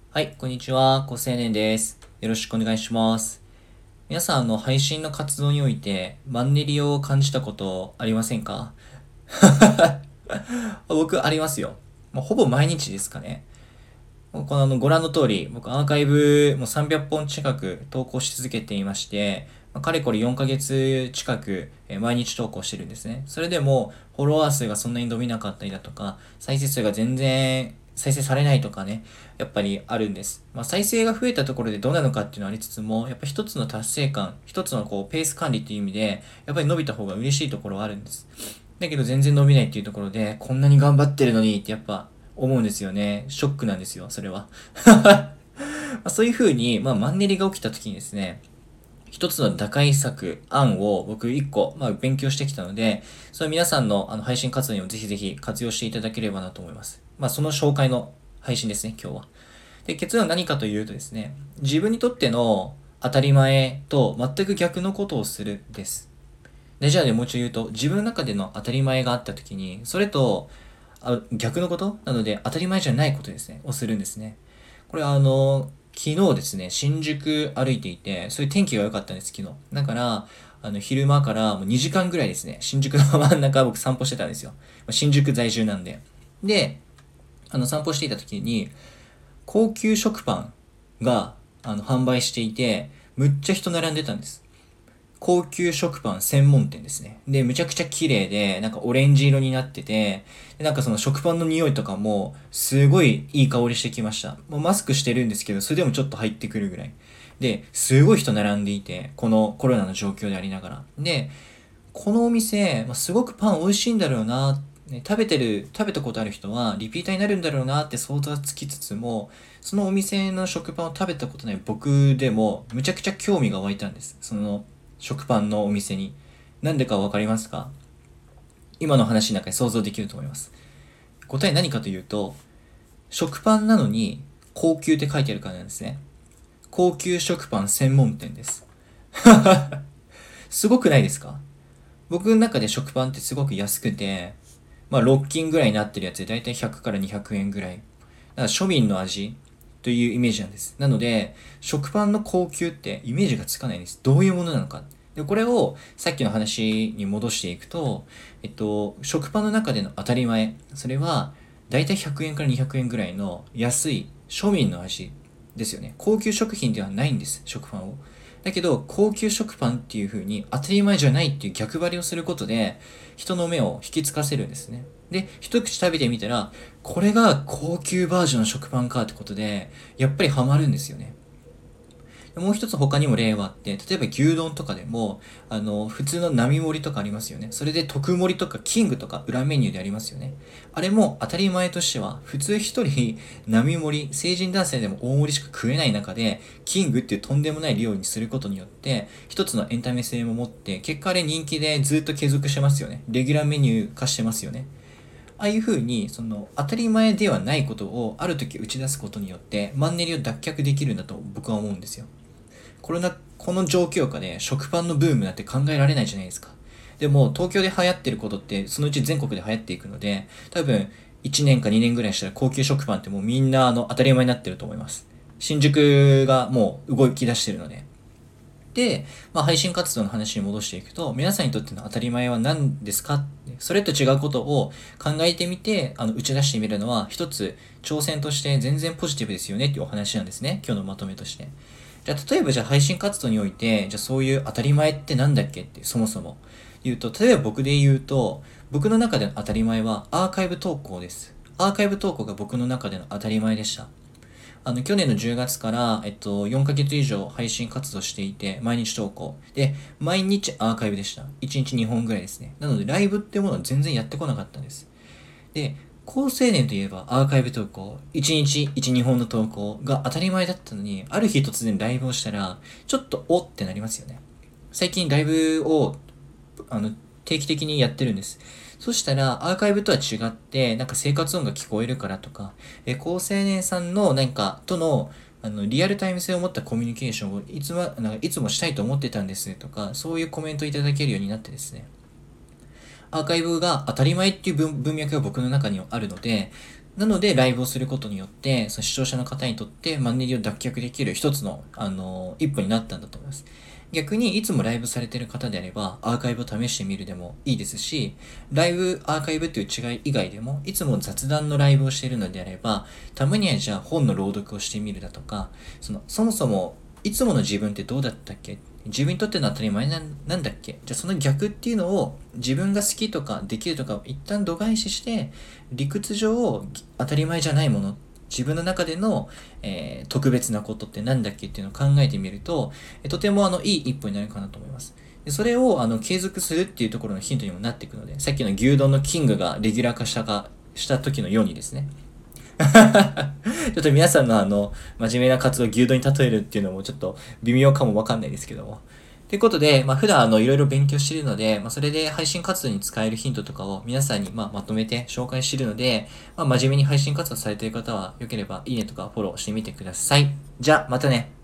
はい、こんにちは。高青年です。よろしくお願いします。皆さん、配信の活動において、マンネリを感じたことありませんか？僕、ありますよ。ほぼ毎日ですかね。このご覧の通り、僕アーカイブもう300本近く投稿し続けていまして、かれこれ4ヶ月近く毎日投稿してるんですね。それでもフォロワー数がそんなに伸びなかったりだとか、再生数が全然再生されないとかね、やっぱりあるんです。再生が増えたところでどうなのかっていうのはありつつも、やっぱ一つの達成感、一つのペース管理っていう意味で、やっぱり伸びた方が嬉しいところはあるんです。だけど全然伸びないっていうところで、こんなに頑張ってるのにってやっぱ思うんですよね。ショックなんですよ、それは。そういう風に、マンネリが起きた時にですね、一つの打開策、案を僕一個、勉強してきたので、それ皆さんの配信活動にもぜひぜひ活用していただければなと思います。その紹介の配信ですね、今日は。で、結論は何かというとですね、自分にとっての当たり前と全く逆のことをするです。で、じゃあね、もう一度言うと、自分の中での当たり前があった時に、それと、逆のことなので、当たり前じゃないことですね、をするんですね。これは昨日ですね、新宿歩いていて、そういう天気が良かったんです、昨日。だから、昼間からもう2時間ぐらいですね、新宿の真ん中僕散歩してたんですよ。新宿在住なんで。で、散歩していた時に、高級食パンが、販売していて、むっちゃ人並んでたんです。高級食パン専門店ですね。で、むちゃくちゃ綺麗で、なんかオレンジ色になってて、でなんかその食パンの匂いとかも、すごいいい香りしてきました。もうマスクしてるんですけど、それでもちょっと入ってくるぐらい。で、すごい人並んでいて、このコロナの状況でありながら。で、このお店、すごくパン美味しいんだろうな、ね、食べたことある人はリピーターになるんだろうなって想像はつきつつも、そのお店の食パンを食べたことない僕でも、むちゃくちゃ興味が湧いたんです。その食パンのお店に。なんでかわかりますか？今の話の中で想像できると思います。答え何かというと、食パンなのに高級って書いてあるからなんですね。高級食パン専門店です。すごくないですか？僕の中で食パンってすごく安くて、6斤ぐらいになってるやつでだいたい100から200円ぐらい。だから庶民の味というイメージなんです。なので、食パンの高級ってイメージがつかないんです。どういうものなのか。で、これをさっきの話に戻していくと、食パンの中での当たり前。それは、だいたい100円から200円ぐらいの安い庶民の味ですよね。高級食品ではないんです、食パンを。だけど、高級食パンっていう風に当たり前じゃないっていう逆張りをすることで、人の目を引きつかせるんですね。で、一口食べてみたら、これが高級バージョンの食パンかってことで、やっぱりハマるんですよね。もう一つ他にも例はあって、例えば牛丼とかでも、普通の並盛りとかありますよね。それで特盛りとかキングとか裏メニューでありますよね。あれも当たり前としては、普通一人並盛り、成人男性でも大盛りしか食えない中で、キングっていうとんでもない量にすることによって、一つのエンタメ性も持って、結果あれ人気でずっと継続してますよね。レギュラーメニュー化してますよね。ああいう風に、その、当たり前ではないことをある時打ち出すことによって、マンネリを脱却できるんだと僕は思うんですよ。この状況下で食パンのブームなんて考えられないじゃないですか。でも、東京で流行ってることって、そのうち全国で流行っていくので、多分、1年か2年ぐらいしたら高級食パンってもうみんな当たり前になってると思います。新宿がもう動き出してるので。で、配信活動の話に戻していくと、皆さんにとっての当たり前は何ですか？それと違うことを考えてみて、打ち出してみるのは、一つ挑戦として全然ポジティブですよねっていうお話なんですね。今日のまとめとして。じゃあ、例えばじゃあ配信活動において、じゃあそういう当たり前ってなんだっけってそもそも言うと、例えば僕で言うと、僕の中での当たり前はアーカイブ投稿です。アーカイブ投稿が僕の中での当たり前でした。去年の10月から、4ヶ月以上配信活動していて、毎日投稿。で、毎日アーカイブでした。1日2本ぐらいですね。なので、ライブっていうものは全然やってこなかったんです。で、高青年といえばアーカイブ投稿、1日1、2本の投稿が当たり前だったのに、ある日突然ライブをしたら、ちょっとおってなりますよね。最近ライブを、あの、定期的にやってるんです。そしたら、アーカイブとは違って、なんか生活音が聞こえるからとか、高青年さんのなんか、との、リアルタイム性を持ったコミュニケーションをいつもしたいと思ってたんですとか、そういうコメントいただけるようになってですね。アーカイブが当たり前っていう文脈が僕の中にはあるので、 なので、ライブをすることによって、その視聴者の方にとってマンネリを脱却できる一つの、一歩になったんだと思います。逆に、いつもライブされてる方であれば、アーカイブを試してみるでもいいですし、ライブ、アーカイブっていう違い以外でも、いつも雑談のライブをしているのであれば、たまにはじゃあ本の朗読をしてみるだとか、そもそも、いつもの自分ってどうだったっけ、自分にとっての当たり前なんだっけ、じゃあその逆っていうのを自分が好きとかできるとかを一旦度外視して、理屈上当たり前じゃないもの、自分の中での、特別なことってなんだっけっていうのを考えてみると、とてもいい一歩になるかなと思います。でそれを継続するっていうところのヒントにもなっていくので、さっきの牛丼のキングがレギュラー化した時のようにですね。ちょっと皆さんの真面目な活動を牛丼に例えるっていうのもちょっと微妙かもわかんないですけども。ということで、普段いろいろ勉強しているので、それで配信活動に使えるヒントとかを皆さんにまとめて紹介しているので、真面目に配信活動されている方は、よければいいねとかフォローしてみてください。じゃあ、またね。